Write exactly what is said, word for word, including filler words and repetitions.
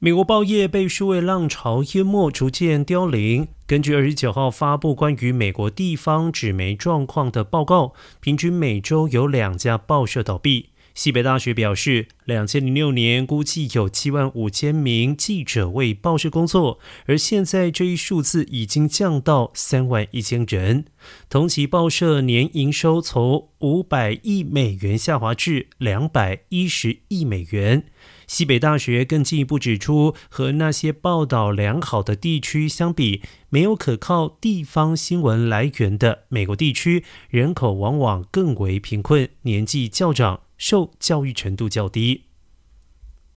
美国报业被数位浪潮淹没，逐渐凋零。根据二十九号发布关于美国地方纸媒状况的报告，平均每周有两家报社倒闭。西北大学表示，二零零六年估计有七万五千名记者为报社工作，而现在这一数字已经降到三万一千人。同期报社年营收从五百亿美元下滑至两百一十亿美元。西北大学更进一步指出，和那些报道良好的地区相比，没有可靠地方新闻来源的美国地区，人口往往更为贫困，年纪较长，受教育程度较低。